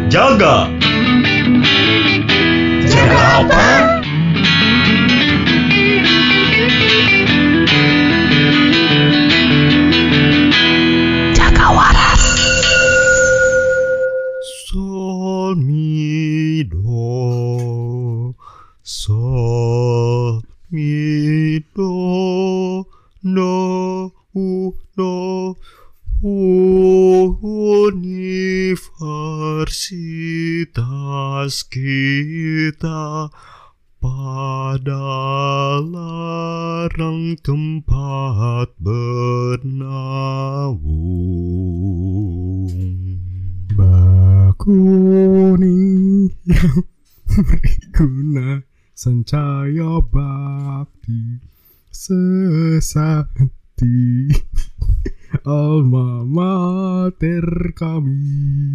Jaga. Jaga apa? Jaga waras. Sol mi do, sol mi do, do. Universitas kita pada larang tempat bernaung. Bakuning yang berguna sancaya bakti sesati alma mater kami.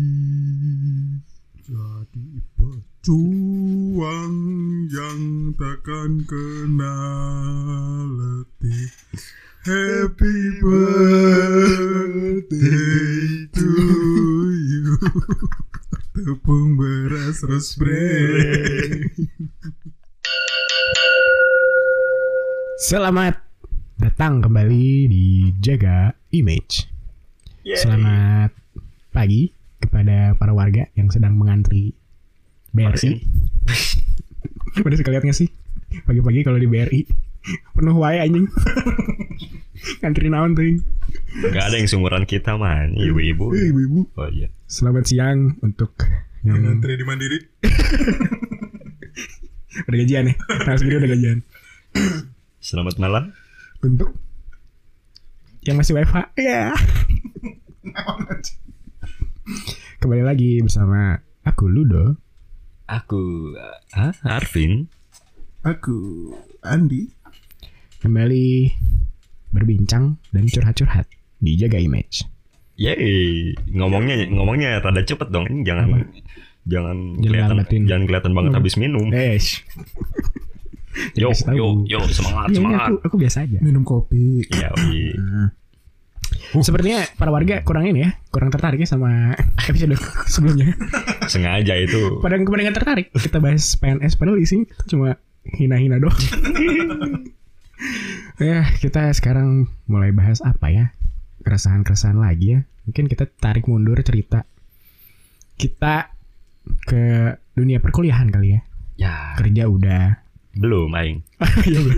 Jadi pejuang yang takkan kenal letih. Happy birthday to you. Tepung beras resbreng. Selamat datang kembali di Jaga Image. Yay. Selamat pagi kepada para warga yang sedang mengantri BRI. Udah sekali lihat gak sih? Pagi-pagi kalau di BRI penuh wae anjing. Ngantri naon tuh. Gak ada yang seumuran kita man, ibu-ibu. Ibu-ibu. Oh iya. Selamat siang untuk yang Ngantri di Mandiri. udah gajian ya. Nah, sendiri udah gajian. Selamat malam. Untuk yang masih WFH. Ya. Kembali lagi bersama aku Ludo. Aku Arvin. Aku Andi. Kembali berbincang dan curhat-curhat di Jaga Image. Yeay, ngomongnya rada cepet dong. Ini jangan lambatin. kelihatan banget habis minum. Yo, semangat. Aku biasa aja. Minum kopi. Iya. Sepertinya para warga kurang tertarik ya sama episode sebelumnya. Sengaja itu. Pada nggak tertarik kita bahas PNS, padahal isinya kita cuma hina-hina doang. Ya, kita sekarang mulai bahas apa ya? Keresahan lagi ya. Mungkin kita tarik mundur cerita kita ke dunia perkuliahan kali ya. Ya. Kerja udah. Belum, aing. Iya belum.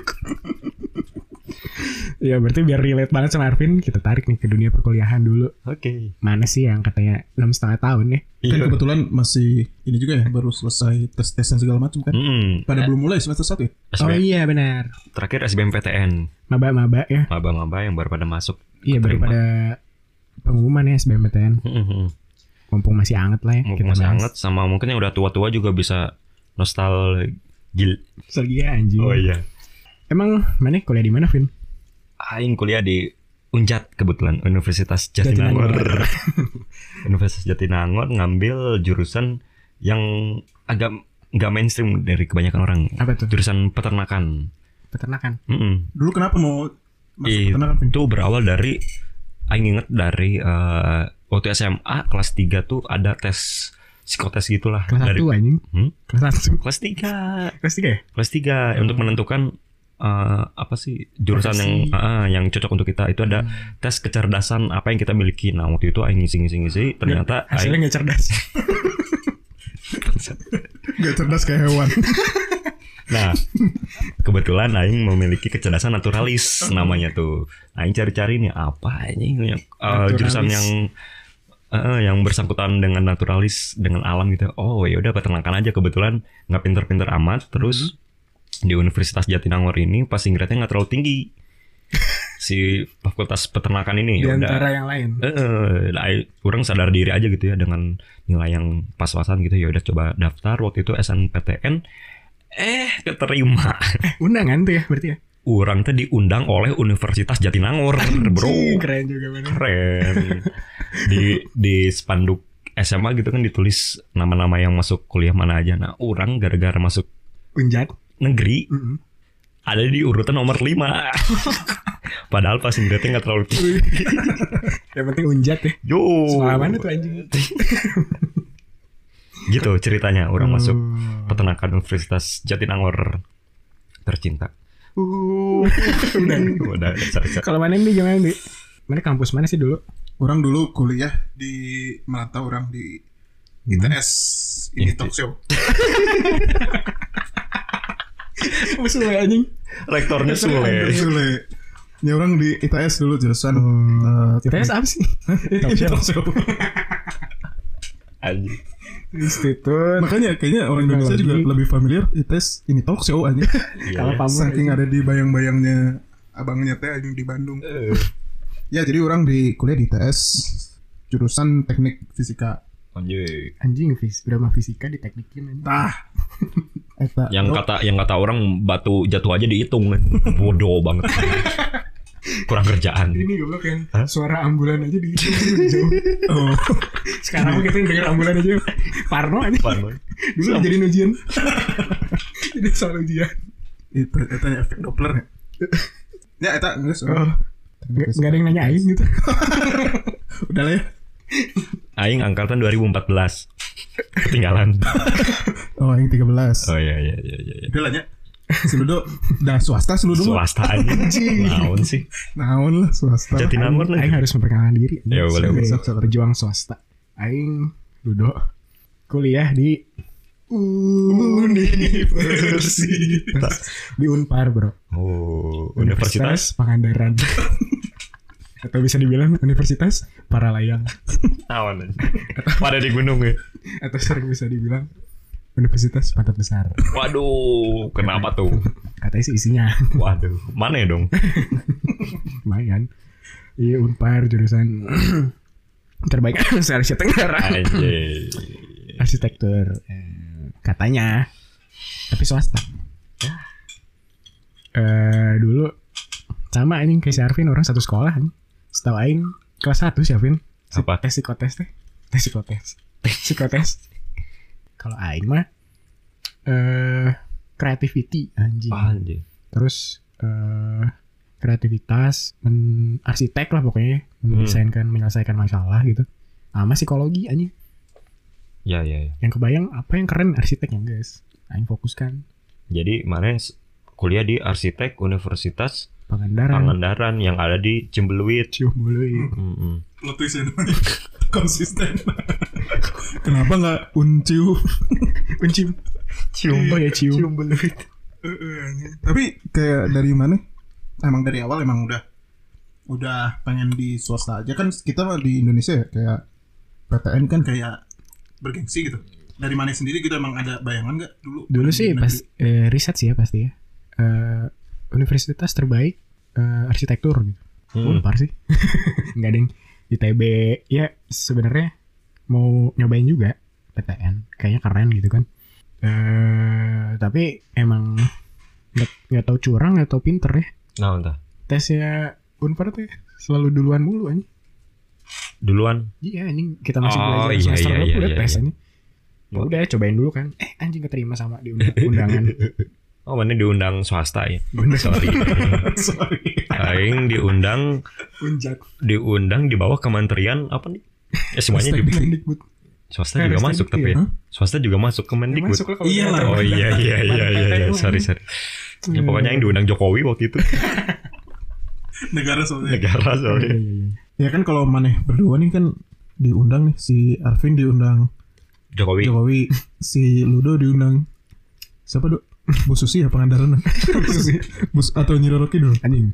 Ya berarti biar relate banget sama Arvin, kita tarik nih ke dunia perkuliahan dulu. Oke. Mana sih yang katanya 6,5 tahun nih? Kan kebetulan masih ini juga ya, baru selesai tes dan segala macam kan. Pada belum mulai semester 1 ya. Oh iya benar. Terakhir SBMPTN. Maba ya. Maba yang baru pada masuk. Iya baru pada pengumuman ya SBMPTN. Mumpung masih anget lah ya. Mumpung masih anget, sama mungkin yang udah tua-tua juga bisa nostalgia anjing. Oh iya. Emang mana kuliah di mana, Vin? Aing kuliah di Unjat kebetulan, Universitas Jatinangor. Universitas Jatinangor ngambil jurusan yang agak nggak mainstream dari kebanyakan orang. Apa tuh? Jurusan peternakan. Dulu kenapa mau masuk peternakan, Vin? Itu berawal dari Aing inget dari waktu SMA kelas 3 tuh ada tes psikotes gitulah. Kelas 1 anjing. Kelas 1. Kelas 3. Kelas 3 ya? Kelas 3 untuk menentukan apa sih jurusan yang cocok untuk kita. Itu ada tes kecerdasan apa yang kita miliki. Nah waktu itu Aing ngisi ternyata hasilnya nggak cerdas. Nggak cerdas kayak hewan. Nah kebetulan Aing memiliki kecerdasan naturalis namanya tuh. Aing cari-cari nih apa ini jurusan yang bersangkutan dengan naturalis, dengan alam gitu. Oh ya udah peternakan aja, kebetulan nggak pinter-pinter amat. Terus di Universitas Jatinangor ini passing grade-nya nggak terlalu tinggi. Si fakultas peternakan ini di antara yang lain. Orang sadar diri aja gitu ya dengan nilai yang pas-pasan gitu. Ya udah coba daftar waktu itu SNPTN. Keterima. Undangan tuh ya berarti ya. Orang tuh diundang oleh Universitas Jatinangor, bro. Keren juga bener. Keren. Di spanduk SMA gitu kan ditulis nama-nama yang masuk kuliah mana aja. Nah, orang gara-gara masuk Unjat negeri ada di urutan nomor 5. Padahal passing grade-nya gak terlalu tinggi. Yang penting Unjat ya. Yo. Sekolah mana tuh anjing? Gitu ceritanya orang masuk peternakan Universitas Jatinangor tercinta. Udah. Kalau mana nih gimana nih? Mana kampus mana sih dulu? Orang dulu kuliah di merantau orang di ITS ini talk show. Sule anjing. Rektornya Sule. Ya orang di ITS dulu jurusan ITS apa sih? talk show. Anjing. Institut. Makanya kayaknya orang Indonesia juga lebih familiar ITS ini talk show aja. Kalau saking ada di bayang-bayangnya abangnya teh di Bandung. Ya jadi orang di kuliah di ITS jurusan teknik fisika. Anjing drama fisika di teknikin Tah. Yang kata orang batu jatuh aja dihitung. Bodoh banget. Kurang kerjaan. Ini goblok yang suara ambulan aja dihitung jauh. Oh. Sekarang kita denger ambulan aja. Parno aja. Dulu jadi ujian. Jadi soal ujian. Itu efek Doppler ya. Ya eta geus. Enggak ada yang nanya aing gitu. Udah lah ya. Aing angkatan 2014. Ketinggalan. Oh, aing 13. Oh iya. Udah lah ya. Seludo dah swasta seludo. Swasta aja. Naon sih? Naon lah swasta. Jatinangor nih. Aing harus memperkenalkan diri. Ya boleh. Berjuang swasta. Aing Ludo kuliah di Universitas di Unpar, bro. Oh, Universitas Pangandaran. Atau bisa dibilang Universitas Paralayang. Awan. Pada di gunung ya. Atau sering bisa dibilang Universitas Pantat Besar. Waduh, kenapa tuh? Katanya sih isinya. Waduh, mana ya dong? Lumayan. Iya, Unpar jurusan terbaik se-Asia Tenggara. Arsitektur. Katanya. Tapi swasta. Dulu sama anjing kayak si Arvin, orang satu sekolah nih. Setahu aing kelas 1 sih Arvin. Apa? Psikotes. Kalau aing mah creativity anjing. Terus kreativitas arsitek lah pokoknya, menyelesaikan masalah gitu. Sama psikologi anjing. Ya. Yang kebayang apa yang keren arsiteknya, guys. Aing fokuskan. Jadi mana kuliah di Arsitek Universitas Pangandaran yang ada di Ciumbeluit. Plot twist konsisten. Kenapa nggak Unciu? Oh ya Ciumbeluit. Tapi kayak dari mana? Emang dari awal emang udah pengen di swasta aja kan, kita di Indonesia ya, kayak PTN kan kayak bergengsi gitu. Dari mana sendiri gitu, emang ada bayangan nggak dulu? Dulu sih pas riset sih ya pasti ya. Universitas terbaik arsitektur gitu. Unpar sih. Enggak deng. ITB ya sebenarnya mau nyobain juga PTN, kayaknya keren gitu kan. Tapi emang nggak tahu curang, nggak tahu pinter ya. Nah, entah. Tesnya Unpar tuh selalu duluan mulu anjing. Duluan? Iya anjing, kita masih belajar semester berapa udah tes anjing. Ya udah cobain dulu kan. Anjing keterima sama di undangan. Oh, mana diundang swasta ya? Bener. Sorry. Aing diundang di bawah kementerian apa nih? Ya semuanya di swasta juga masuk tapi ya. Swasta juga masuk ke Mendikbud. Iya lah. Oh iya. Sorry. Ya pokoknya yang diundang Jokowi waktu itu. Negara soalnya. Iya. Ya kan kalau maneh berdua nih kan diundang nih, si Arvin diundang Jokowi, si Ludo diundang siapa dok? Bu Susi ya Pangandaran. Bus atau Nyiroroki dulu anjing.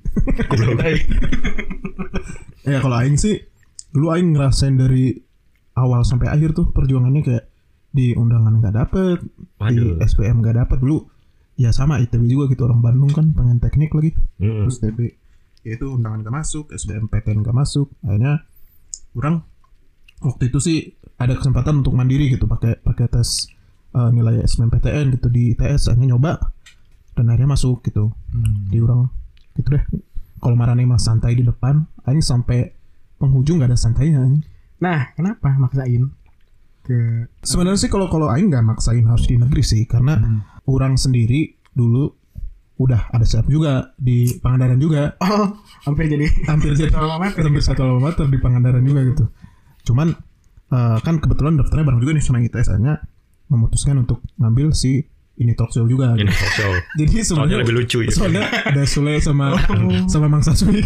Ya kalau aing sih dulu aing ngerasain dari awal sampai akhir tuh perjuangannya, kayak di undangan nggak dapet, di SPM nggak dapet dulu. Ya sama ITB juga gitu, orang Bandung kan pengen teknik lagi. Terus ITB ya itu undangan nggak masuk, SBMPTN nggak masuk. Akhirnya orang waktu itu sih ada kesempatan untuk mandiri gitu, pakai tes nilai SBMPTN gitu di ITS, akhirnya nyoba dan akhirnya masuk gitu. Di orang gitu deh. Kalau marane mah santai di depan, aing sampai penghujung nggak ada santainya. Nah, kenapa maksain ke? Sebenarnya sih kalau aing nggak maksain harus di negeri sih, karena orang sendiri dulu udah ada setup juga di Pangandaran juga. Oh, hampir jadi satu alma mater di Pangandaran juga gitu. Cuman kan kebetulan daftarnya bareng juga nih sama ITS, akhirnya memutuskan untuk ngambil si ini talk show juga. Ini talk show. Jadi Soalnya sebenarnya lebih lucu ya. Soalnya ada Sule sama Mang Saswi.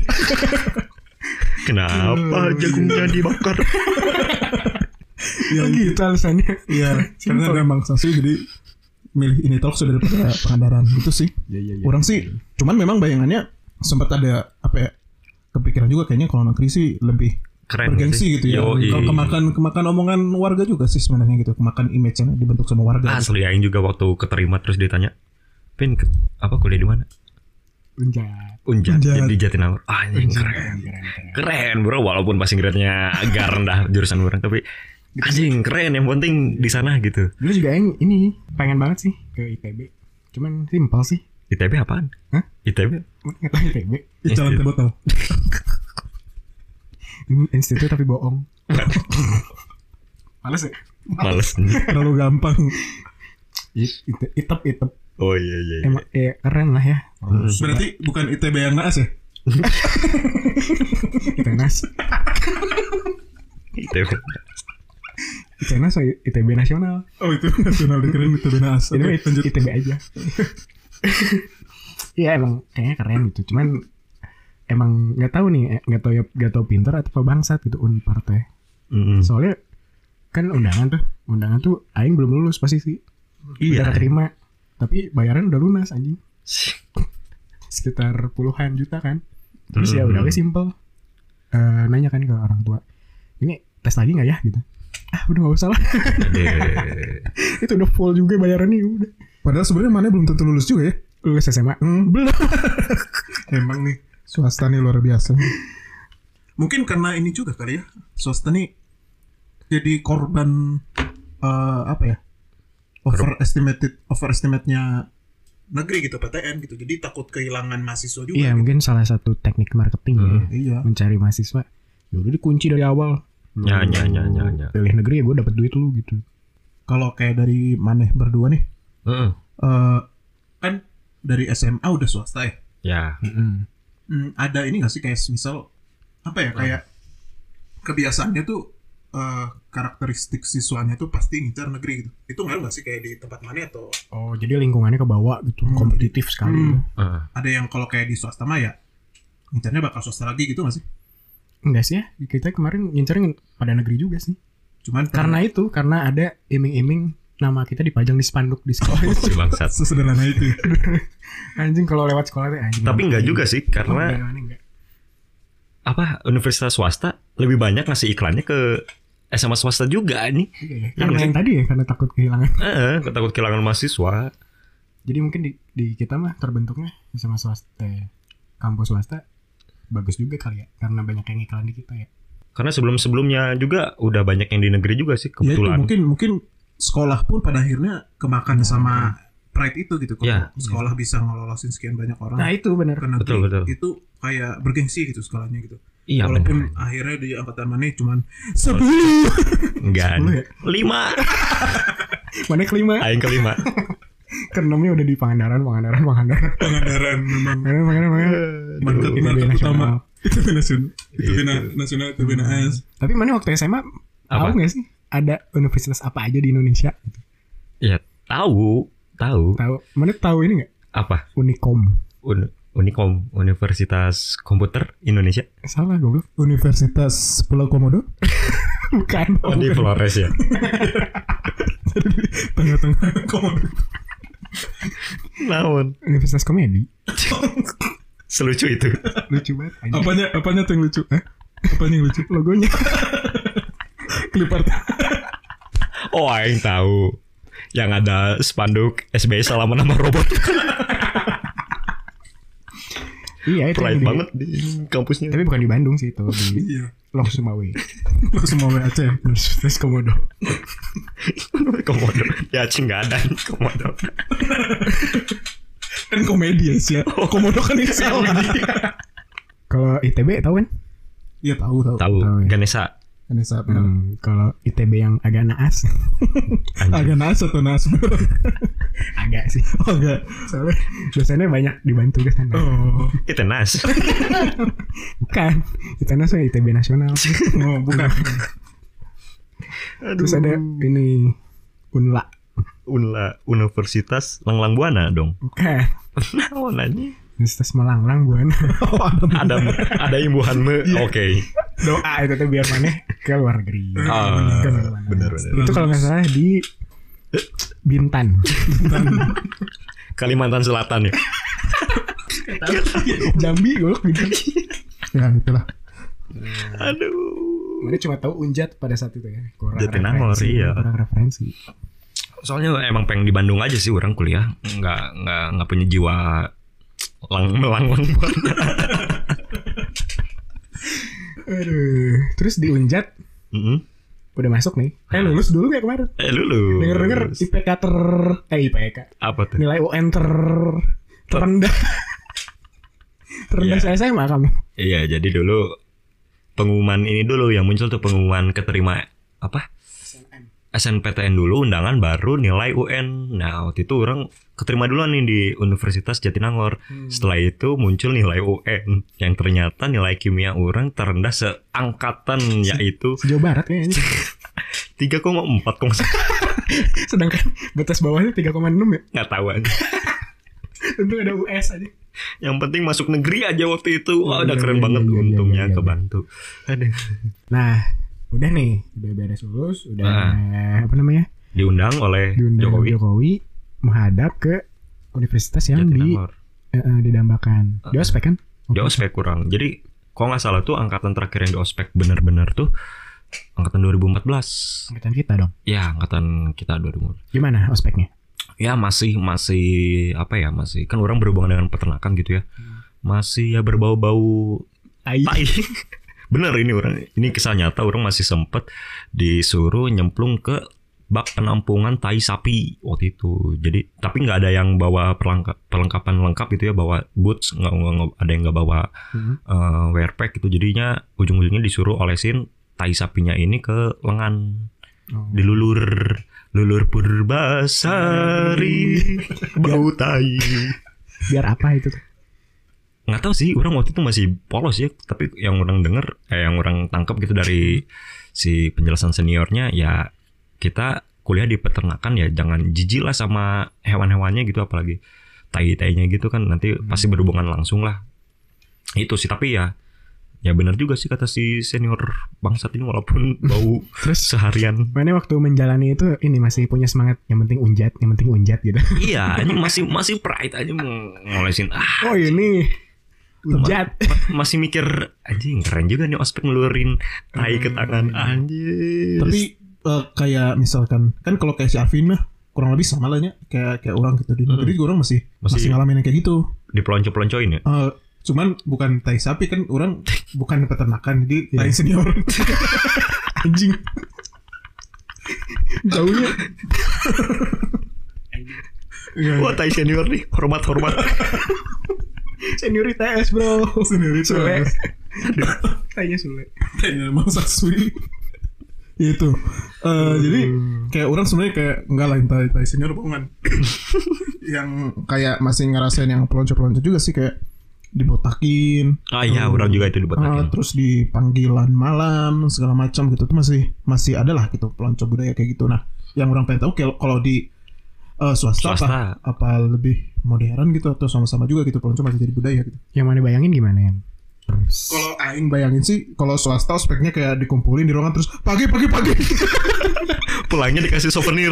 Kenapa jagungnya dibakar? Ya gitu alasannya. Iya, karena ada Mang Saswi jadi milih ini talk show daripada Pangandaran gitu sih. Iya. Orang sih, cuman memang bayangannya sempat ada apa ya? Kepikiran juga kayaknya kalau negeri sih lebih Keren bergengsi gitu ya. Kalau kemakan omongan warga juga sih sebenarnya gitu, kemakan image yang dibentuk sama warga. Asli aing juga waktu keterima terus ditanya, "Pin, apa kuliah di mana?" Unjat. Di Jatinangor. Anjing keren bro, walaupun passing grade-nya agak rendah jurusan orang, tapi anjing keren, yang penting di sana gitu. Dulu juga yang ini pengen banget sih ke ITB. Cuman simpel sih. ITB apaan? Hah? ITB? Nggak tahu ITB. Jalan teh botol. Institut tapi bohong. Males ya? Males. Terlalu gampang. Itep. Oh iya. Emang keren lah ya. Berarti bukan ITB yang naas ya? ITNAS. ITB. ITNAS atau ITB nasional. Oh itu nasional, dikirain ITB naas. Ini Oke, lanjut. ITB aja. Iya emang kayaknya keren gitu. Cuman emang nggak tahu pinter atau bangsat gitu Unpar teh. Soalnya kan undangan tuh aing belum lulus pasti sih. Iya. Udah keterima. Tapi bayaran udah lunas anjing. Sekitar puluhan juta kan. Terus ya udah simple. Nanya kan ke orang tua. Ini tes lagi nggak ya gitu. Udah nggak usah lah. Itu udah full juga bayarannya udah. Padahal sebenarnya mana belum tentu lulus juga ya. Lulus SMA. Belum. Emang nih swasta nih luar biasa. Mungkin karena ini juga kali ya, swasta nih jadi korban apa ya, overestimate-nya negeri gitu, PTN gitu. Jadi takut kehilangan mahasiswa juga. Iya gitu. mungkin salah satu teknik marketing ya. Iya. Mencari mahasiswa. Ya udah dikunci dari awal. Ya. Pilih negeri ya gue dapet duit lu gitu. Kalau kayak dari maneh berdua nih, kan dari SMA udah swasta ya. Ya. Ada ini nggak sih kayak misal apa ya, kayak kebiasaannya tuh karakteristik siswanya tuh pasti ngincar negeri gitu. Itu ngaruh nggak sih kayak di tempat mana atau? Oh jadi lingkungannya ke bawah gitu, kompetitif sekali. Ada yang kalau kayak di swasta mah ya ngincarnya bakal swasta lagi gitu nggak sih? Enggak sih ya, kita kemarin ngincarnya pada negeri juga sih. Cuman karena ada iming-iming nama kita dipajang di spanduk di sekolah. Si bangsat. Sesederhana itu. Anjing kalau lewat sekolah tuh anjing. Tapi enggak juga sih, karena apa, universitas swasta lebih banyak ngasih iklannya ke SMA swasta juga nih. Iya. Karena yang tadi ya, karena takut kehilangan. Takut kehilangan mahasiswa. Jadi mungkin di kita mah terbentuknya SMA swasta, kampus swasta bagus juga kali ya, karena banyak yang iklan di kita ya. Karena sebelumnya juga udah banyak yang di negeri juga sih kebetulan. Ya itu mungkin sekolah pun pada akhirnya kemakan sama pride itu gitu. Kalau sekolah bisa ngelolosin sekian banyak orang. Nah itu benar. Betul. Itu kayak bergengsi gitu sekolahnya gitu. Iya, walaupun bener. akhirnya di angkatan mana cuman 10. Enggak. 10 ya? 5. Mana kelima? Aing kelima. Keenamnya udah di Pangandaran. Pangandaran memang. Mantap utama. Itu nasional, itu naas. Tapi mana waktu SMA tahu nggak sih ada universitas apa aja di Indonesia? Ya tahu. Mana tahu ini nggak? Apa? Unikom. Unikom, Universitas Komputer Indonesia. Salah goblok. Universitas Pulau Komodo? Bukan. Oh, di Flores ya. Tengah-tengah Komodo. Naon? Universitas Komedi. Selucu itu. Lucu banget. Apanya tuh yang lucu? Apanya yang lucu? Logonya. Clipart. Oh, aing tahu. Yang ada spanduk SBY salaman sama robot. Iya itu Pride banget di kampusnya. Tapi bukan di Bandung sih itu, di Lok Sumawe. Lok Sumawe Aceh. Universitas Komodo. Komodo. Ya Aceh nggak ada Komodo. Kan komedi ya sih. Komodo kan ini salah. Kalau ITB tahu kan? Iya tahu. Tahu. Ya. Ganesha. Kalau ITB yang agak naas. Agak naas atau naas? Agak sih. Oh enggak. Soalnya dosennya banyak dibantu ke sana. Oh. Itu nas. Bukan. Itu nas ITB nasional. Oh bukan. Terus ada ini Unla. Universitas Langlang Buana dong. Bukan. Naon anjing? Universitas Melanglang bukan. Ada imbuhan me. Oke. Doa itu tuh biar mana ke luar negeri. Bener. Itu kalau nggak salah di Bintan. Kalimantan Selatan ya. Jambi gue Bintan. Ya itulah. Aduh. Mana cuma tahu Unjat pada saat itu ya. Jatinangor iya. Kurang referensi. Soalnya emang pengen di Bandung aja sih orang kuliah. Nggak punya jiwa melanglang Buana. Aduh. Terus di Unjat udah masuk nih. Lulus dulu ya kemarin. Lulus. Denger IPK IPK. Apa tuh? Nilai UN terendah. Terendah saya SMA kamu. Iya, jadi dulu pengumuman ini dulu yang muncul tuh pengumuman keterima apa? SNPTN dulu, undangan baru nilai UN. Nah, waktu itu orang keterima duluan nih di Universitas Jatinangor. Setelah itu muncul nilai UN yang ternyata nilai kimia orang terendah seangkatan yaitu Jawa Barat kayaknya. 3,4. Sedangkan batas bawahnya 3,6 ya? Nggak tahu aja. Tentu ada US aja. Yang penting masuk negeri aja waktu itu. Wah, udah keren banget untungnya kebantu. Aduh. Nah, udah nih, udah beres lulus, udah apa namanya? Diundang oleh Jokowi menghadap ke universitas yang didambakan. Di ospek kan? Di ospek kurang. Jadi kalau nggak salah tuh angkatan terakhir yang di ospek benar-benar tuh angkatan 2014. Angkatan kita dong. Ya, angkatan kita 2014. Gimana ospeknya? Ya masih apa ya, masih kan orang berhubungan dengan peternakan gitu ya. Masih ya berbau-bau tai. Bener ini kisah nyata, orang masih sempet disuruh nyemplung ke bak penampungan tai sapi waktu itu. Jadi tapi nggak ada yang bawa perlengkapan lengkap gitu ya, bawa boots, nggak ada yang nggak bawa wear pack gitu. Jadinya ujung-ujungnya disuruh olesin tai sapinya ini ke lengan. Dilulur Purbasari bau tai. Biar apa itu tuh? Nggak tahu sih, orang waktu itu masih polos ya. Tapi yang orang denger, yang orang tangkap gitu dari si penjelasan seniornya, ya kita kuliah di peternakan ya jangan jijik lah sama hewan-hewannya gitu, apalagi tai-tainya gitu kan nanti pasti berhubungan langsung lah. Itu sih, tapi ya benar juga sih kata si senior bangsat ini, walaupun bau terus seharian. Mana waktu menjalani itu ini masih punya semangat, yang penting unjat gitu. Iya, ini masih pride aja mau ngolesin. Oh ini unjat. Masih mikir anjing keren juga nih ospek ngeluarin tai ke tangan anjing. Tapi kayak misalkan kan kalau kayak si Alvin mah kurang lebih sama lah ya kayak orang gitu di negeri orang masih ngalamin kayak gitu. Dipelonco-peloncoin ya. Cuman bukan tai sapi kan, orang bukan peternakan, jadi tai senior. Anjing. Jauhnya. Wah, tai senior nih, hormat. Senioritas bro. Senioritas. Tainya Sule. Tainya Mang Saswi. Itu. Jadi kayak orang sebenarnya kayak enggak lain tai senior bukan. Yang kayak masih ngerasain yang pelonco-pelonco juga sih, kayak dibotakin. Iya, orang juga itu dibotakin. Terus di panggilan malam segala macam gitu tuh masih ada lah gitu pelonco budaya kayak gitu. Nah, yang orang pengen tahu kalau di swasta. Apa lebih modern gitu atau sama-sama juga gitu pelonco masih jadi budaya gitu. Yang mana bayangin gimana yang? Kalau aing bayangin sih kalau swasta speknya kayak dikumpulin di ruangan terus pagi. Pulangnya dikasih souvenir.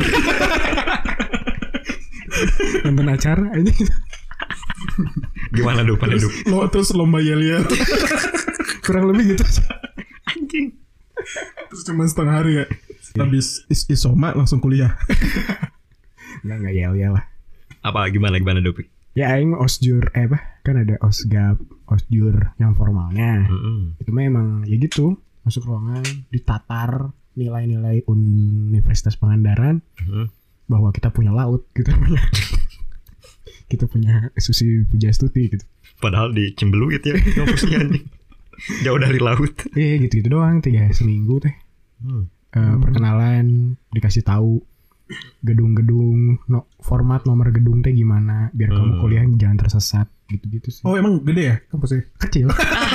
Nonton acara aja. Gimana pada hidup? Terus lomba yel-yel. Kurang lebih gitu. Anjing. Terus cuma setengah hari ya. Habis isoma langsung kuliah. Enggak yel-yel lah. Apa gimana Dopik? Ya aing osjur kan ada osgap, osjur yang formalnya. Itu memang ya gitu, masuk ruangan ditatar nilai-nilai Universitas Pangandaran bahwa kita punya laut, kita punya Susi Pujastuti gitu. Padahal di Cimbeluit ya kampusnya nih. Jauh dari laut. Iya gitu doang 3 seminggu teh. Perkenalan, dikasih tahu gedung-gedung, format nomor gedung teh gimana biar kamu kuliah jangan tersesat gitu-gitu sih. Oh emang gede ya kampusnya? Kecil.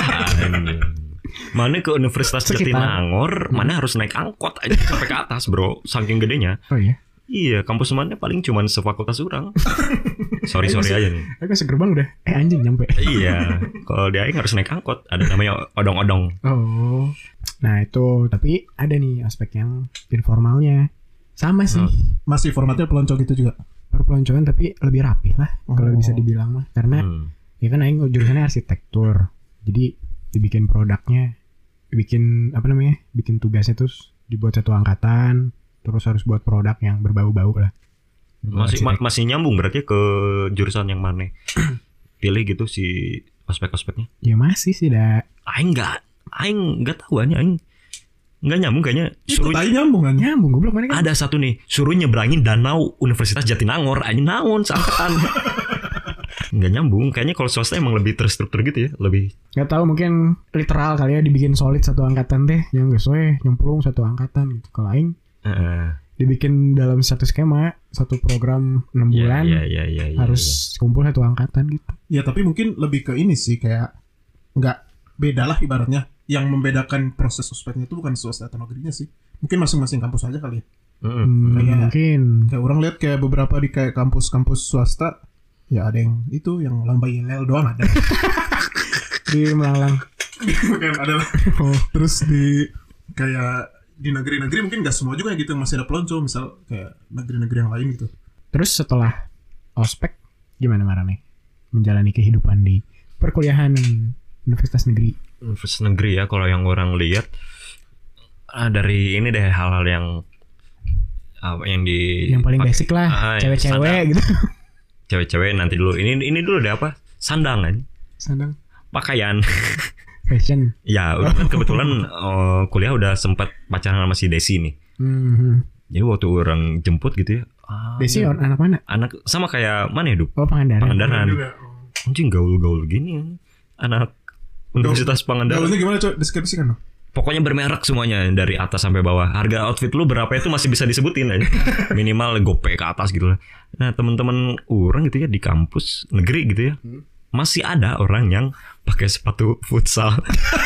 Mana ke Universitas Jatinangor, mana harus naik angkot aja sampai ke atas bro, saking gedenya. Oh iya. Iya, kampus temannya paling cuman sefakultas orang. sorry aja nih. Aku segerbang udah anjing nyampe. Iya, kalau di Aing harus naik angkot. Ada namanya odong-odong. Oh. Nah itu, tapi ada nih aspek yang informalnya. Sama sih. Masih formatnya pelonco gitu juga. Perpeloncoan tapi lebih rapi lah kalau bisa dibilang mah. Karena ya kan aing jurusannya arsitektur. Jadi dibikin produknya, bikin tugasnya terus dibuat satu angkatan, terus harus buat produk yang berbau-bau lah. Masih nyambung berarti ke jurusan yang mana pilih gitu si ospek-ospeknya? Ya masih sih dah. Aing nggak tahu aing nggak nyambung kayaknya. Suruh nyambung kan? Nyambung goblok mana kan? Ada satu nih, suruh nyebrangin danau Universitas Jatinangor, aing naon seangkatan. Nggak nyambung, kayaknya kalau swasta emang lebih terstruktur gitu ya, lebih. Nggak tahu, mungkin literal kali ya, dibikin solid satu angkatan deh, yang geus nyemplung satu angkatan gitu. Kalau aing dibikin dalam satu skema, satu program 6 bulan, harus kumpul satu angkatan gitu. Ya tapi mungkin lebih ke ini sih, kayak nggak beda lah ibaratnya. Yang membedakan proses ospeknya itu bukan swasta atau negerinya sih. Mungkin masing-masing kampus aja kali ya. Mungkin. Kayak orang lihat kayak beberapa di kayak kampus-kampus swasta, ya ada yang itu yang lomba yel doang ada. Di Malang. Bukan ada lah. Terus di kayak di negeri-negeri mungkin nggak semua juga gitu, masih ada pelonco, misal kayak negeri-negeri yang lain gitu. Terus setelah ospek gimana Marane menjalani kehidupan di perkuliahan universitas negeri? Universitas negeri ya, kalau yang orang lihat dari ini deh hal-hal yang yang paling basic lah, cewek-cewek gitu. Cewek-cewek nanti dulu. Ini dulu deh apa? Sandangan. Sandang. Pakaian. Fashion. Ya, kan kebetulan kuliah udah sempat pacaran sama si Desi nih. Jadi waktu orang jemput gitu ya. Desi anak mana? Anak sama kayak mana ya, Dup? Oh, Pangandaran. Anjing gaul-gaul gini. Anak Universitas Pangandaran. Gaulnya gimana, Cok? Deskripsikan dong. Pokoknya bermerek semuanya dari atas sampai bawah. Harga outfit lu berapa itu masih bisa disebutin aja. Minimal gope ke atas gitu lah. Nah, teman-teman orang gitu ya di kampus negeri gitu ya. Masih ada orang yang pakai sepatu futsal.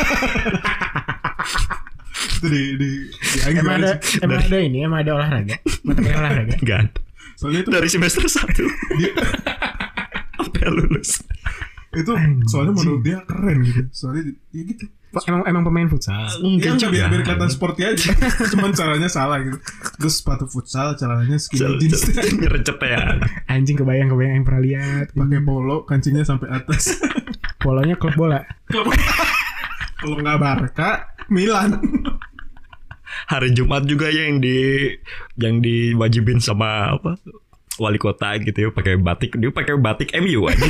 Itu di emang ada olahraga. Mata kuliah olahraga. Enggak ada. Soalnya itu dari semester 1 sampai lulus. Itu soalnya menurut dia keren gitu. Soalnya ya gitu. Emang pemain futsal. Enggak, biar kelihatan sporty aja. Cuman caranya salah gitu. Terus sepatu futsal, celananya skinny jeans. Ngerecep ya. Anjing kebayang yang pernah lihat. Pakai polo, kancingnya sampai atas. Polonya klub bola. Kalau nggak Barca, Milan. Hari Jumat juga ya yang diwajibin sama apa? Wali kota gitu ya, pakai batik. Dia pakai batik MU aja.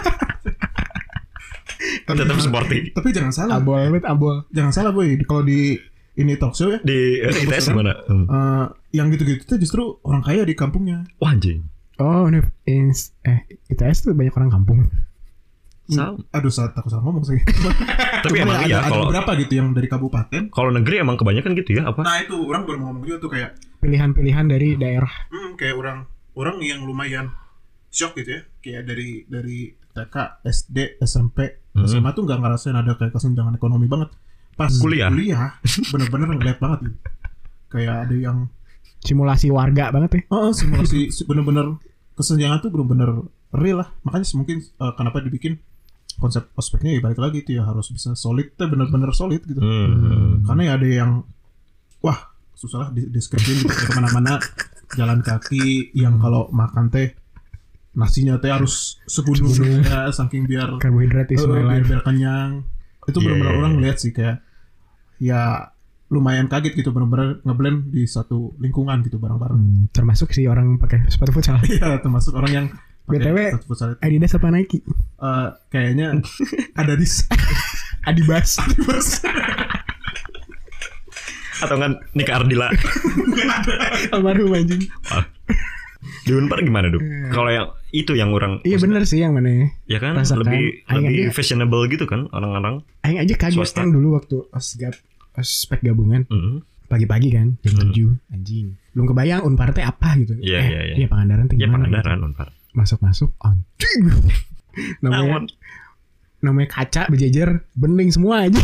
Tetap sporty. Tapi jangan salah. Abol. Jangan salah boy. Kalau di ini talk show ya. Di ITS mana? Yang gitu-gitu tuh justru orang kaya di kampungnya. Wah anjing. Oh, ITS tuh banyak orang kampung. Aduh, takut salah ngomong sih. Tapi emang iya kalau ada beberapa gitu yang dari kabupaten. Kalau negeri emang kebanyakan gitu ya apa? Nah itu orang baru ngomong juga tuh kayak pilihan-pilihan dari daerah. Kayak orang yang lumayan shock gitu ya. Kayak dari TK, SD, SMP, SMA tuh nggak ngerasain ada kayak kesenjangan ekonomi banget. Pas kuliah bener-bener ngeliat banget gitu. Kayak ada yang simulasi warga banget ya. Simulasi bener-bener kesenjangan tuh bener-bener real lah. Makanya mungkin kenapa dibikin konsep ospeknya ya balik lagi itu ya harus bisa solid, bener-bener solid gitu. Karena ya ada yang wah susah lah deskripsiin gitu kemana-mana jalan kaki yang kalau makan teh nasinya teh harus segunung ya, saking biar karbohidrat biar kenyang. Itu benar-benar orang lihat sih kayak ya lumayan kaget gitu, benar-benar ngeblend di satu lingkungan gitu bareng-bareng. Termasuk sih orang pakai sepatu futsal. Iya, termasuk orang yang BTW Adidas apa Nike? Kayaknya Adadis. Adibas. Atau kan Nika Ardila. Almarhum anjing. Di Unpar gimana, Duk? Kalau yang itu yang orang iya bener sih yang mana ya kan lebih fashionable gitu kan orang-orang. Aing aja kaget kan dulu waktu ospek gabungan. Pagi-pagi kan jam 7 anjing. Belum kebayang Unpar teh apa gitu. Iya. Iya Pangandaran teh gimana? Iya Pangandaran Unpar. Masuk anjing. Namanya kaca berjejer bening semua aja.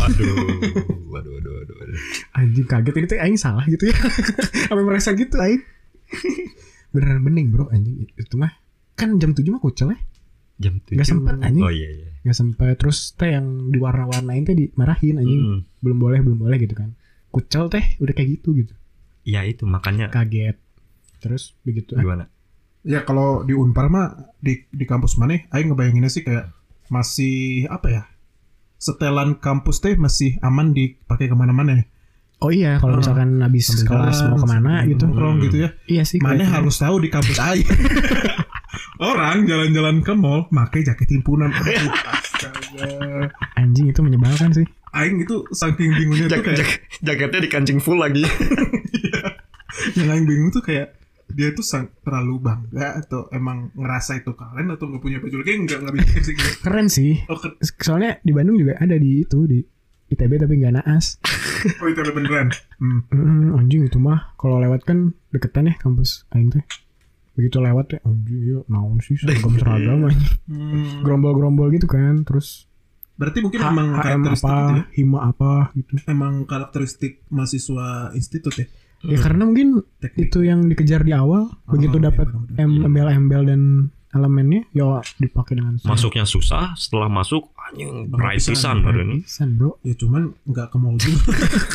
Waduh. Anjing kaget ini tuh aing salah gitu ya. Sampai merasa gitu aing. beneran bening bro anjing. Itu mah kan jam 7 mah kucel ya. Jam 7. Gak sempet anjing. Oh iya. Gak sempet. Terus teh yang diwarna-warnain teh dimarahin anjing. Belum boleh gitu kan. Kucel teh udah kayak gitu. Ya itu makanya Kaget. Terus begitu. gimana? Ya kalau di Unpar mah di kampus mana aing ngebayanginnya sih kayak masih apa ya? Setelan kampus teh masih aman dipakai kemana-mana. Oh iya, kalau misalkan habis kelas mau kemana gitu. Nongkrong gitu ya. Iya sih. Mana harus tahu di kampus aing. Orang jalan-jalan ke mall pakai jaket himpunan. Astaga. Anjing itu menyebalkan sih. Aing itu saking bingungnya tuh kayak jaketnya dikancing full lagi. yang aing bingung tuh kayak dia tuh terlalu bangga atau emang ngerasa itu keren atau nggak punya baju lagi nggak mikir sih gitu. Keren sih. Soalnya di Bandung juga ada di itu di ITB tapi nggak naas. Oh itu beneran. Anjing itu mah kalau lewat kan deketan ya kampus aing teh. Begitu lewat ya anjing yuk naon sih seragam aja. Gerombol-gerombol gitu kan. Terus berarti mungkin emang HM karakteristik apa, gitu ya? hima apa gitu. Emang karakteristik mahasiswa institut ya? Ya karena mungkin itu yang dikejar di awal. Begitu dapat embel-embel dan elemennya ya dipakai dengan Masuknya susah, setelah masuk anjing bright pisan baru ini. pisan bro. Ya cuman nggak ke mall juga.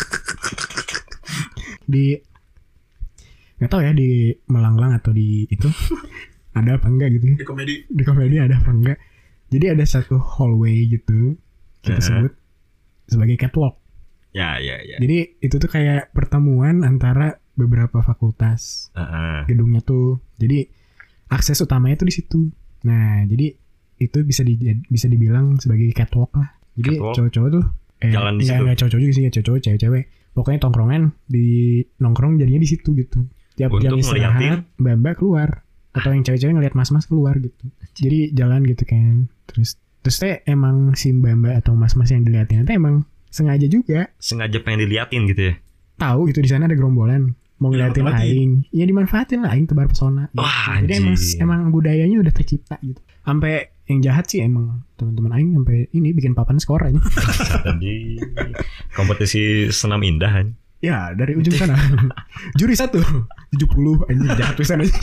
Di nggak tahu ya di Melanglang atau di itu ada apa enggak gitu. Di komedi ada apa enggak. Jadi ada satu hallway gitu kita sebut sebagai catwalk. Ya. Jadi itu tuh kayak pertemuan antara beberapa fakultas. Gedungnya tuh. Jadi akses utamanya tuh di situ. Nah, jadi itu bisa dibilang sebagai catwalk lah. Jadi cowok-cowok tuh jalan di situ. Enggak cowok-cowok juga sih, cowok-cowok, cewek-cewek. Pokoknya tongkrongan di nongkrong jadinya di situ gitu. Tiap jam istirahat mbak-mbak keluar atau yang cewek-cewek ngeliat mas-mas keluar gitu. Jadi jalan gitu kan. Terus teh emang si mbak-mbak atau mas-mas yang dilihatin itu emang sengaja pengen diliatin gitu ya. Tahu gitu di sana ada gerombolan mau ngeliatin aing. Ya dimanfaatin lah aing tebar pesona. Gitu. Wah, jadi emang budayanya udah tercipta gitu. Sampai yang jahat sih emang teman-teman aing sampai ini bikin papan skor aja. Tadi kompetisi senam indah kan. Ya, dari ujung sana. Juri 1 70 anjing jahat pisan aja.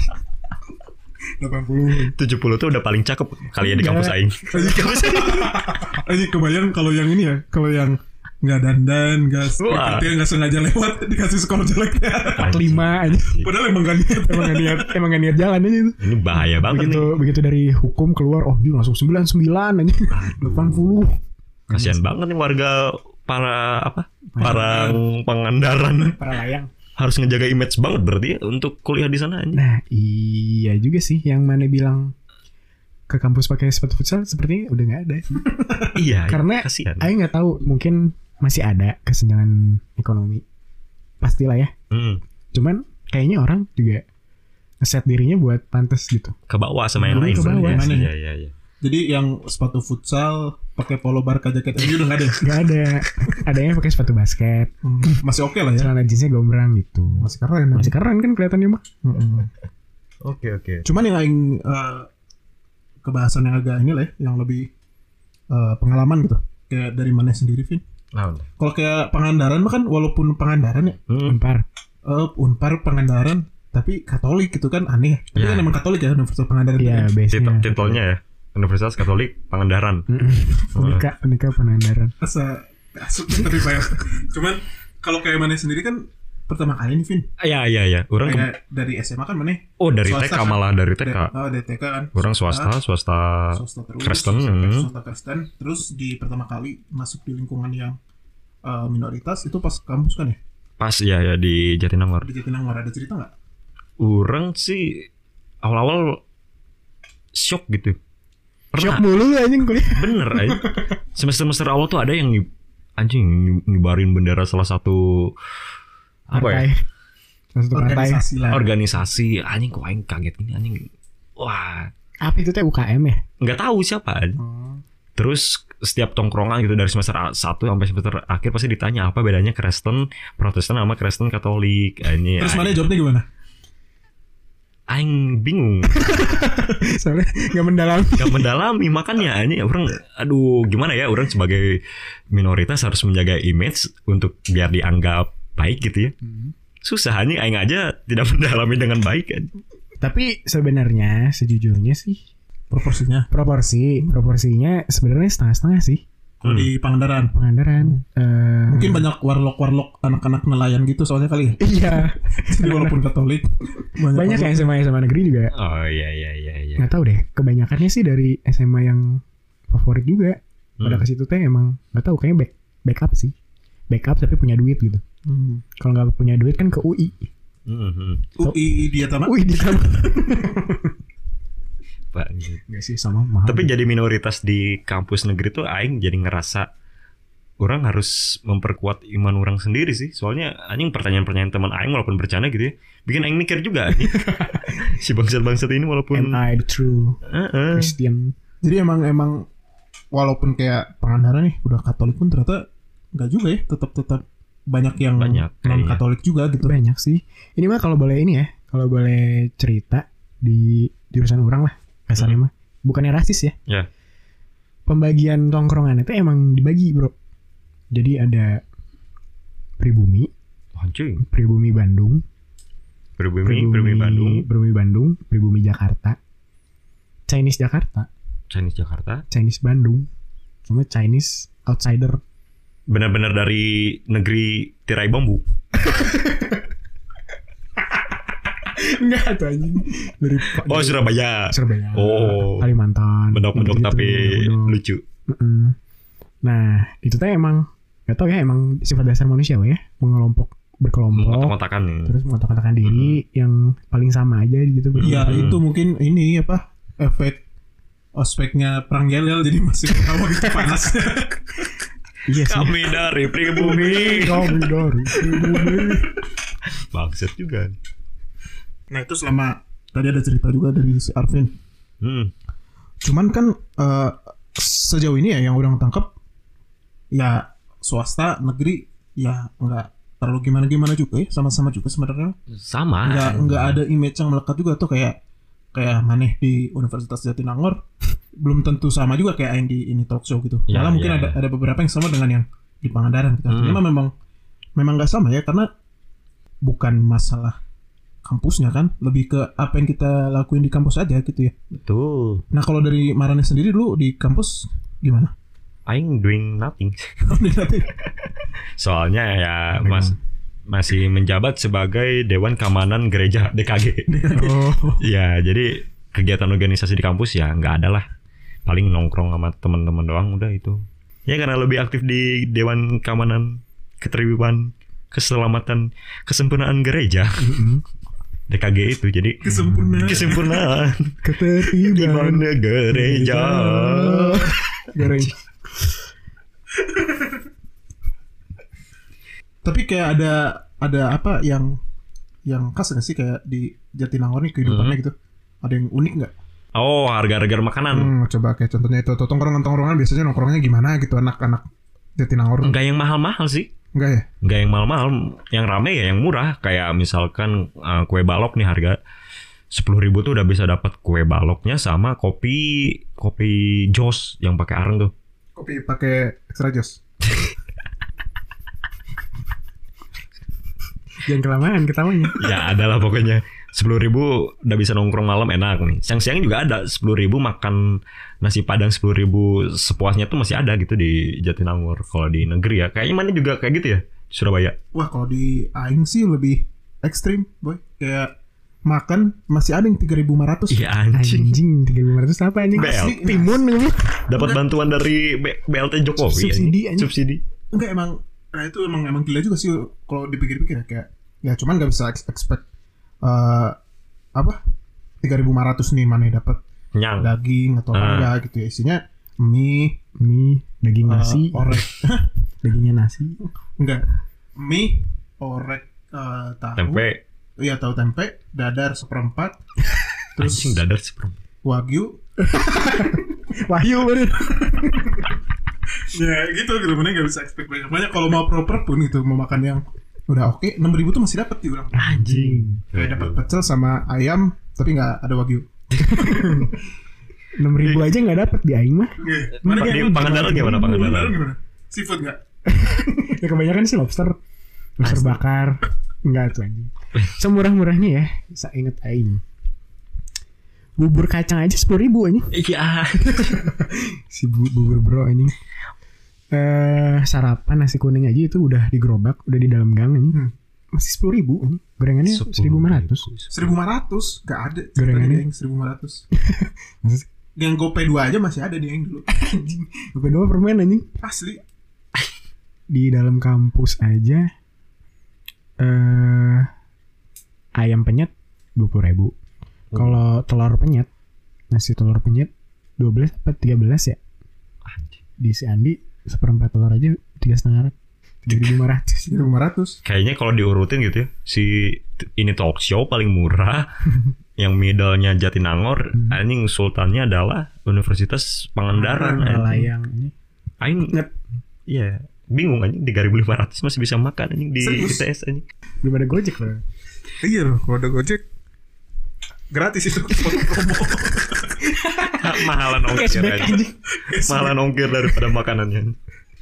80 tuh udah paling cakep kali ya di kampus aing. Aja kebayang kalau yang ini ya, kalau yang nggak dandan, nggak sengaja lewat dikasih skor jeleknya 45 aja. Padahal emang gak niat jalan aja itu. Ini bahaya banget begitu dari hukum keluar dia langsung 99 aja. 80. Kasihan banget nih warga para Pangandaran. Para layang. Harus ngejaga image banget berarti ya untuk kuliah di sana aja. Nah, iya juga sih yang mana bilang ke kampus pakai sepatu futsal sepertinya udah nggak ada. Iya. Karena ayo nggak tahu mungkin masih ada kesenjangan ekonomi. Pastilah ya. Cuman kayaknya orang juga ngeset dirinya buat pantas gitu. Ke bawah sama yang lain. Iya. Jadi yang sepatu futsal pakai polo Barca jaket ini udah nggak ada. Nggak ada. Adanya pakai sepatu basket. Masih oke lah ya. Celana jeansnya gombrang gitu. Masih keren kan kelihatannya mah. Oke. Cuman yang aing kebahasan yang agak ini lah ya, yang lebih pengalaman gitu. Kayak dari mana sendiri, Vin? Kalau kayak Pangandaran mah kan walaupun Pangandaran ya. Unpar Pangandaran tapi Katolik gitu kan aneh. Tapi kan emang Katolik ya Universitas Pangandaran. Iya, titelnya ya. Universitas Katolik Pangandaran. Unika Pangandaran. Asa tapi banyak. Cuman kalau kayak mana sendiri kan pertama kali nih, Vin. Iya. Orang kayak dari SMA kan mana? Oh, dari TK kan? Malah dari TK. Dari TK kan. Orang swasta terus, Kristen. Swasta Kristen. Terus di pertama kali masuk di lingkungan yang minoritas itu pas kampus kan ya? Pas ya di Jatinangor. Di Jatinangor ada cerita nggak? Orang sih awal-awal shock gitu. Shock mulu anjing kuliah. Bener aja. Semester awal tuh ada yang anjing ngibarin bendera salah satu organisasi. Anjing kok aing kaget ini anjing. Wah, apa itu teh UKM ya? Enggak tahu siapa. Terus setiap tongkrongan gitu dari semester 1 sampai semester akhir pasti ditanya apa bedanya Kristen Protestan sama Kristen Katolik. Terus mana jawabnya gimana? Aing bingung. Soalnya gak mendalami makanya ini orang gimana ya, orang sebagai minoritas harus menjaga image untuk biar dianggap baik gitu ya. Susah nih aing aja tidak mendalami dengan baik kan. Tapi sebenarnya sejujurnya sih proporsinya sebenarnya setengah-setengah sih. Kalau di Pangandaran. Mungkin banyak warlock anak-anak nelayan gitu soalnya kali ya. Iya. Jadi walaupun Katolik banyak yang SMA negeri juga. Oh iya. Nggak tahu deh. Kebanyakannya sih dari SMA yang favorit juga. Pada ke situ teh emang nggak tahu kayaknya backup sih. Backup tapi punya duit gitu. Kalau nggak punya duit kan ke UI. UI Diatama. Pak. Enggak sih sama mahal. Tapi jadi minoritas di kampus negeri tuh aing jadi ngerasa orang harus memperkuat iman orang sendiri sih. Soalnya anjing pertanyaan-pertanyaan teman aing walaupun bercanda gitu ya, bikin aing mikir juga nih. Si bangsat-bangsat ini walaupun Am I the true Christian? Jadi emang walaupun kayak Pangandaran nih udah Katolik pun ternyata enggak juga ya, tetap banyak yang non Katolik juga gitu. Banyak sih. Ini mah kalau boleh cerita di jurusan orang lah. Kasarnya mah bukannya rasis ya. Ya. Pembagian tongkrongan itu emang dibagi, bro. Jadi ada pribumi, pribumi Bandung, pribumi Bandung, pribumi Jakarta, Chinese Jakarta, Chinese Bandung, sama Chinese outsider. Benar-benar dari negeri tirai bambu. Enggak tuh anjing. Oh, Surabaya. Oh. Kalimantan. Mendok-mendok gitu, tapi lucu. Nah, itu teh emang enggak tahu ya, emang sifat dasar manusia ya, berkelompok. Mengotak-ngotakan nih. Terus mengotak-ngotakan diri yang paling sama aja gitu. Iya, itu mungkin ini apa? Efek ospeknya perang Yel jadi masih ketawa gitu panas. Iya sih. Kami dari pribumi. Bangsat juga. Nah itu selama tadi ada cerita juga dari si Arvin. Cuman kan sejauh ini ya yang udah tangkap ya swasta negeri ya nggak terlalu gimana juga ya, sama-sama juga sebenarnya. Sama. Nggak ada image yang melekat juga tuh kayak Maneh di Universitas Jatinangor belum tentu sama juga kayak yang di ini talk show gitu. Malah mungkin ada beberapa yang sama dengan yang di Pangandaran. Artinya memang nggak sama ya, karena bukan masalah kampusnya kan, lebih ke apa yang kita lakuin di kampus aja gitu ya. Betul. Nah kalau dari Marane sendiri dulu di kampus gimana? Aing doing nothing. Soalnya ya masih menjabat sebagai Dewan Keamanan Gereja DKG. Ya jadi kegiatan organisasi di kampus ya nggak ada lah. Paling nongkrong sama teman-teman doang udah itu. Ya karena lebih aktif di Dewan Keamanan Ketertiban Keselamatan Kesempurnaan Gereja. DKG itu jadi kesempurnaan ketertiban gereja. Tapi kayak ada apa yang khas nggak sih kayak di Jatinangor nih kehidupannya gitu? Ada yang unik nggak? Oh, harga-harga makanan. Coba kayak contohnya itu tongkrongan biasanya nongkrongnya gimana gitu anak-anak Jatinangor? Enggak yang mahal-mahal sih. Enggak ya? Enggak yang mahal-mahal, yang rame ya yang murah. Kayak misalkan kue balok nih harga 10.000 tuh udah bisa dapat kue baloknya sama kopi jos yang pakai areng tuh. Kopi pakai extra jos. Jangan kelamaan ketawanya. Ya adalah pokoknya 10.000 udah bisa nongkrong malam enak nih. Siang-siang juga ada 10.000 makan nasi padang 10.000 sepuasnya tuh masih ada gitu di Jatinangor. Kalau di negeri ya kayaknya mana juga kayak gitu ya di Surabaya. Wah kalau di Aing sih lebih ekstrim boy. Kayak makan masih ada yang 3.500. Iya anjing 3.500 apa anjing? Timun gitu. Dapat bantuan dari BLT Jokowi. Subsidi. Enggak emang. Nah itu emang gila juga sih kalau dipikir-pikir ya, kayak ya cuman nggak bisa expect 3.500 nih mana dapat daging atau enggak gitu ya, isinya mie daging nasi orek dagingnya nasi enggak mie orek tahu tempe. Iya tahu tempe, dadar seperempat terus dadar seperempat wagyu bener. Ya gitu mana nggak bisa expect banyak kalau mau proper pun gitu mau makan yang udah oke 6.000 tuh masih dapat juga anjing kayak dapat pecel sama ayam tapi nggak ada wagyu. 6.000 aja nggak dapat di Aing mah. Mana di Pangandaran gimana Pangandaran? Seafood nggak? Ya kebanyakan sih lobster bakar. Enggak tuh anjing. Semurah-murahnya ya, saya inget Aing. Bubur kacang aja 10.000 anjing. Iya. Si bubur bro anjing. Sarapan nasi kuning aja itu udah di gerobak, udah di dalam gang anjing. Masih 10.000 anjing. Gorengannya 1.500. 1.500 gak ada. Gorengannya 1.500. Maksudnya Yang GoPay 2 aja masih ada di yang dulu. anjing. Gue doang permen anjing. Asli. Di dalam kampus aja ayam penyet 20.000. Kalau telur penyet, nasi telur penyet 12 apa 13 ya? Di si Andi seperempat telur aja 3,5. 1.500. Kayaknya kalau diurutin gitu ya, si ini talk show paling murah, yang middle-nya Jatinangor, anjing sultannya adalah Universitas Pangandaran. Layang ini. Aing iya, bingung anjing 3.500 masih bisa makan anjing di ITS anjing. Belum ada Gojek loh. Iya loh, kalau ada Gojek gratis itu promo. Mahalan ongkir Cashback aja. anjing. Mahalan ongkir daripada makanannya.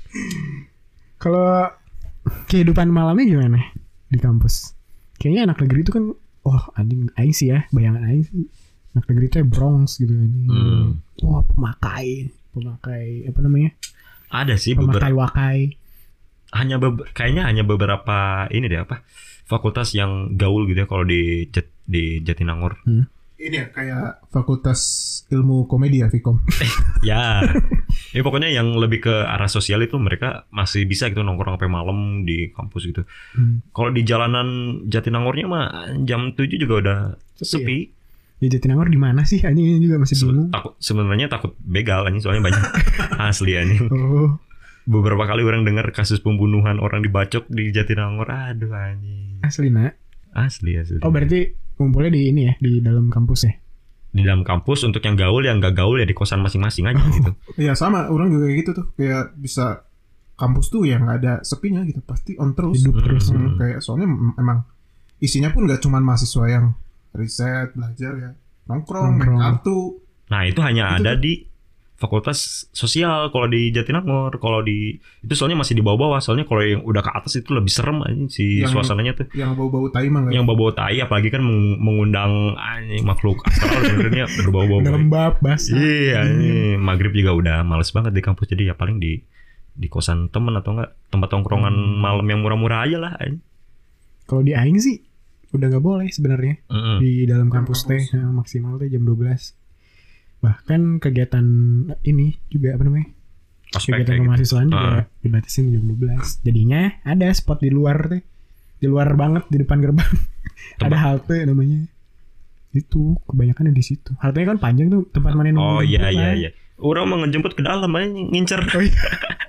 Kalau kehidupan malamnya gimana di kampus? Kayaknya anak negeri itu kan, wah anjing aing sih ya, bayangan aing sih. Anak negeri itu Bronx gitu anjing. Wah, pemakai apa namanya? Ada sih Pemakai beberapa. wakai. Kayaknya hanya beberapa ini deh apa? Fakultas yang gaul gitu ya kalau di Jatinangor. Ini ya kayak Fakultas Ilmu Komedi ya, Vkom. Ya. Ya pokoknya yang lebih ke arah sosial itu mereka masih bisa gitu nongkrong sampai malam di kampus gitu. Kalau di jalanan Jatinangornya mah jam 7 juga udah sepi. Di Jatinangor di mana sih? Anjing juga masih bingung. Sebenarnya takut begal anjing soalnya banyak asli anjing. Oh. Beberapa kali orang dengar kasus pembunuhan orang dibacok di Jatinangor. Aduh anjing. Asli nak. Asli. Oh berarti ngumpulnya di ini ya, di dalam kampus ya? Di dalam kampus untuk yang gaul, yang gak gaul ya di kosan masing-masing aja gitu. Iya sama, orang juga kayak gitu tuh. Kayak bisa kampus tuh yang gak ada sepinya gitu, pasti on terus. Hidup terus. Kayak soalnya emang isinya pun gak cuman mahasiswa yang riset, belajar ya, nongkrong, main kartu. Nah itu hanya ada di fakultas sosial kalau di Jatinangor. Kalau di itu soalnya masih di bawah-bawah. Soalnya kalau yang udah ke atas itu lebih serem aja si suasananya tuh. Yang bau-bau tai mah. Yang bau-bau tai, apalagi kan mengundang makhluk astral sebenarnya berbau-bau. Lembab, basah. Iya, ini maghrib juga udah males banget di kampus, jadi ya paling di kosan temen atau enggak tempat tongkrongan malam yang murah-murah aja lah. Kalau di aing sih udah nggak boleh sebenarnya di dalam kampus teh maksimal teh jam 12. Bahkan kegiatan ini juga apa namanya? Kegiatan kemahasiswaan juga dibatasin jam 12. Jadinya ada spot di luar teh. Di luar banget di depan gerbang. Ada halte namanya. Itu kebanyakan di situ. Haltenya kan panjang tuh tempat mana nunggu. Oh iya. Orang mau ngejemput ke dalam aja ngincer. Oh iya.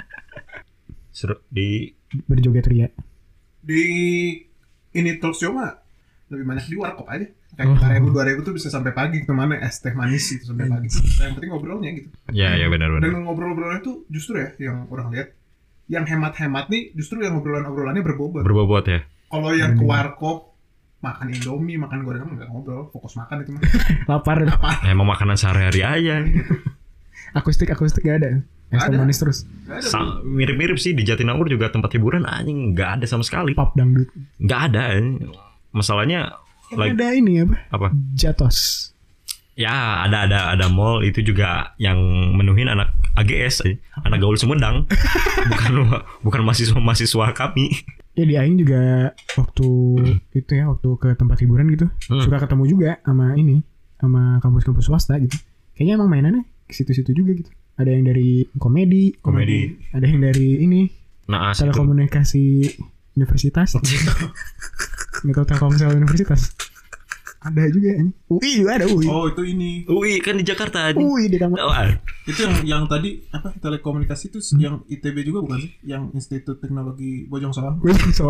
Seru di berjoget ria. Di ini talk show mah lebih banyak di warkop aja. Kayak 2.000 tuh bisa sampai pagi kemana es teh manis itu sampai pagi. Yang penting ngobrolnya gitu. Ya benar. Dan ngobrol-ngobrolnya tuh justru ya yang orang lihat, yang hemat-hemat nih justru yang obrolannya berbobot. Berbobot ya. Kalau yang ke warkop makan Indomie, makan gorengan nggak ngobrol, fokus makan itu mah. Lapar. Emang makanan sehari-hari aja. Akustik gak ada. Es teh manis terus. Mirip-mirip sih di Jatinangor juga tempat hiburan anjing nggak ada sama sekali. Pop dangdut. Nggak ada. Masalahnya ada ini apa? Jatos. Ya ada mall itu juga yang menuhin anak AGS, anak gaul Sumedang, bukan mahasiswa kami. Ya di aing juga waktu itu ya waktu ke tempat hiburan gitu suka ketemu juga sama kampus-kampus swasta gitu. Kayaknya emang mainannya ke situ-situ juga gitu. Ada yang dari komedi, ada yang dari ini telekomunikasi universitas. Metode Telkomsel Universitas. Ada juga ini. UI juga ada UI. Oh itu ini. UI kan di Jakarta. UI di Taman. Itu yang tadi apa telekomunikasi itu yang ITB juga bukan sih? Yang Institut Teknologi Bojong Soang.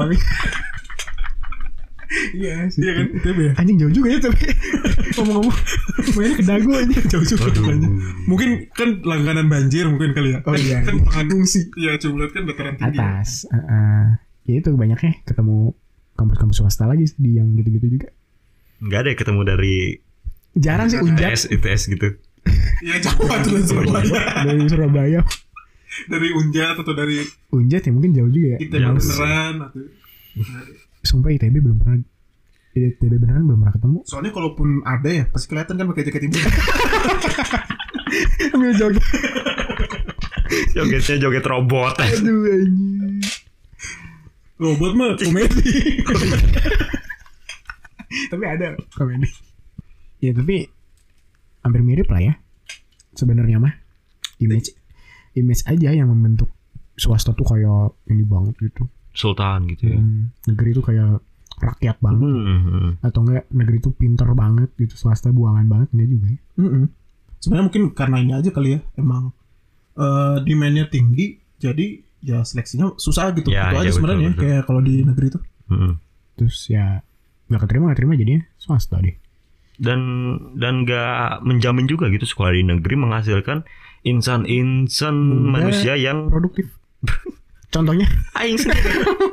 Iya sih. Iya kan ITB ya. Anjing jauh juga ya tapi. Ngomong-ngomong mainnya ke Dago aja jauh juga. Mungkin kan langganan banjir mungkin kali ya. Oh iya. Kan fungsi. Iya Cumlet kan dataran tinggi. Atas. Ya itu banyaknya ketemu kampus-kampus swasta lagi di yang gitu-gitu juga. Enggak ada ketemu dari jarang sih Unjat. ITS gitu. Iya jauh dari Surabaya. Dari Surabaya. Dari Unjat atau dari Unjat ya mungkin jauh juga ya. ITB beneran atau sumpah ITB belum pernah. ITB beneran belum pernah ketemu. Soalnya kalaupun ada ya pasti kelihatan kan pakai jaket ibu. Ambil joget. Jogetnya joget robot. Aduh anjing. Robot mah komedi. Tapi ada komedi. Ya tapi hampir mirip lah ya. Sebenarnya mah image aja yang membentuk swasta tuh kayak ini banget gitu. Sultan gitu ya. Negeri tuh kayak rakyat banget. Atau enggak negeri tuh pinter banget gitu, swasta buangan banget enggak juga ya. Sebenarnya mungkin karena ini aja kali ya, emang demand-nya tinggi, jadi ya seleksinya susah gitu. Ya, itu aja sebenarnya kayak kalau di negeri itu. Terus ya nggak keterima jadinya swasta deh. Dan nggak menjamin juga gitu sekolah di negeri menghasilkan insan manusia yang produktif. Contohnya aing sendiri.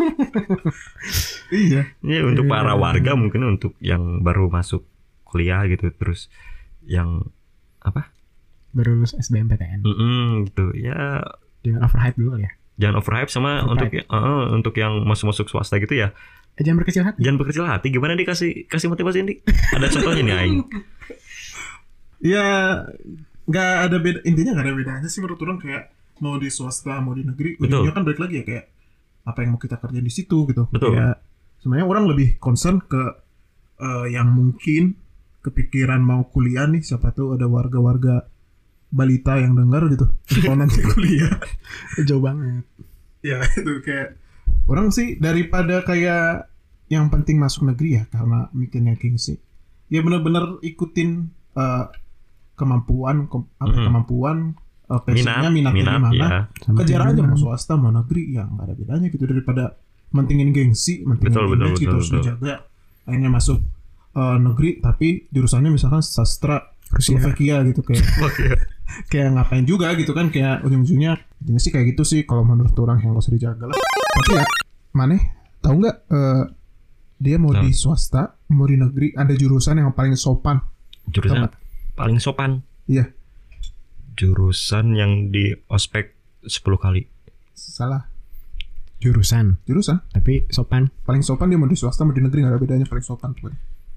Iya. Ini untuk para warga, mungkin untuk yang baru masuk kuliah gitu, terus yang apa? Baru lulus SBMPTN. Gitu ya. Jangan overhype dulu kali ya. Jangan overhype sama untuk yang masuk swasta gitu ya. Jangan berkecil hati. Jangan berkecil hati. Gimana dikasih motivasi ini? Ada contohnya nih aing. Ya nggak ada beda, intinya nggak ada bedanya sih menurut orang, kayak mau di swasta mau di negeri, ujungnya kan balik lagi ya kayak apa yang mau kita kerjain di situ gitu. Betul. Kayak sebenarnya orang lebih concern ke yang mungkin kepikiran mau kuliah nih, siapa tahu ada warga-warga balita yang dengar gitu kalau nanti kuliah. Jauh banget. Ya itu kayak orang sih daripada kayak yang penting masuk negeri ya karena mikirnya gengsi. Ya benar-benar ikutin kemampuan passionnya, minatnya gimana. Ya. Kejar aja mau swasta mau negeri ya nggak ada bedanya gitu, daripada mentingin gengsi, mentingin image gitu harus dijaga. Akhirnya masuk negeri tapi jurusannya misalkan sastra Slovakia gitu kayak ngapain juga gitu kan, kayak ujung-ujungnya ini sih kayak gitu sih kalau menurut orang yang harus dijaga lah. Tapi ya Maneh tahu nggak dia mau di swasta mau di negeri ada jurusan yang paling sopan. Jurusan paling sopan. Iya. Jurusan yang di ospek 10 kali. Salah. Jurusan. Tapi sopan. Paling sopan dia mau di swasta mau di negeri nggak ada bedanya, paling sopan tuh.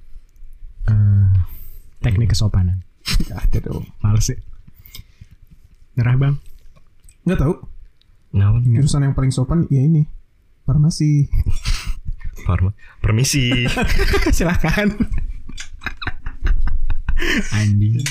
Teknik kesopanan. Ada dong. Males sih. Nyerah bang. Nggak tahu. Jurusan yang paling sopan ya ini farmasi. Permisi. Silakan. Anjing.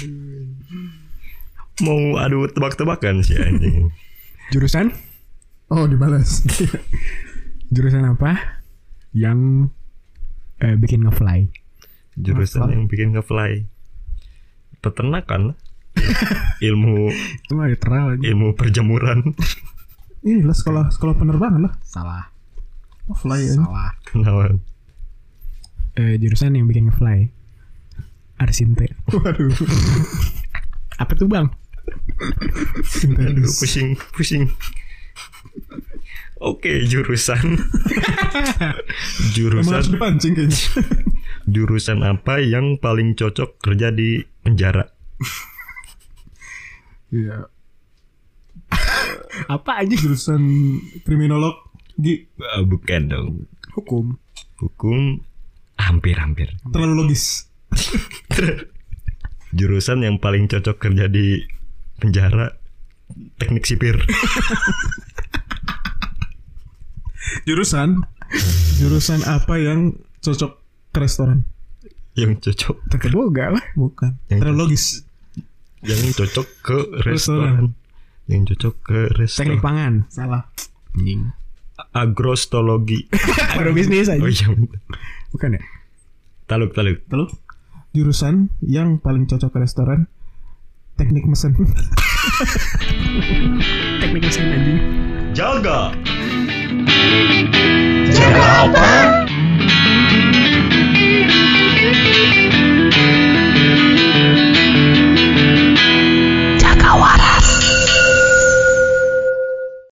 Mau adu tebak-tebakan sih anjing. Jurusan? Oh dibalas. Jurusan apa yang bikin ngefly? Jurusan yang bikin ngefly. Peternakan. Ilmu perjamuran. Inilah sekolah penerbangan lah. Salah. Fly aja. Salah. Kenapa? Jurusan yang bikin ngefly. Arsinte. Waduh. Apa tuh bang? Aduh, pusing. Oke, jurusan harus dipancing kayaknya. Jurusan apa yang paling cocok kerja di penjara? Iya. Apa aja jurusan kriminolog? Bukan dong. Hukum hampir. Terlalu logis. Jurusan yang paling cocok kerja di penjara teknik sipir. Jurusan apa yang cocok ke restoran? Yang cocok terkedoga lah. Bukan. Terlalu logis. Yang cocok ke restoran. Yang cocok ke restoran. Teknik pangan. Salah. Anjing. Agrostologi. Agrobisnis aja. Oh iya. Bukan ya? Taluk. Jurusan yang paling cocok ke restoran teknik mesin. Teknik mesin anjing. Jaga apa?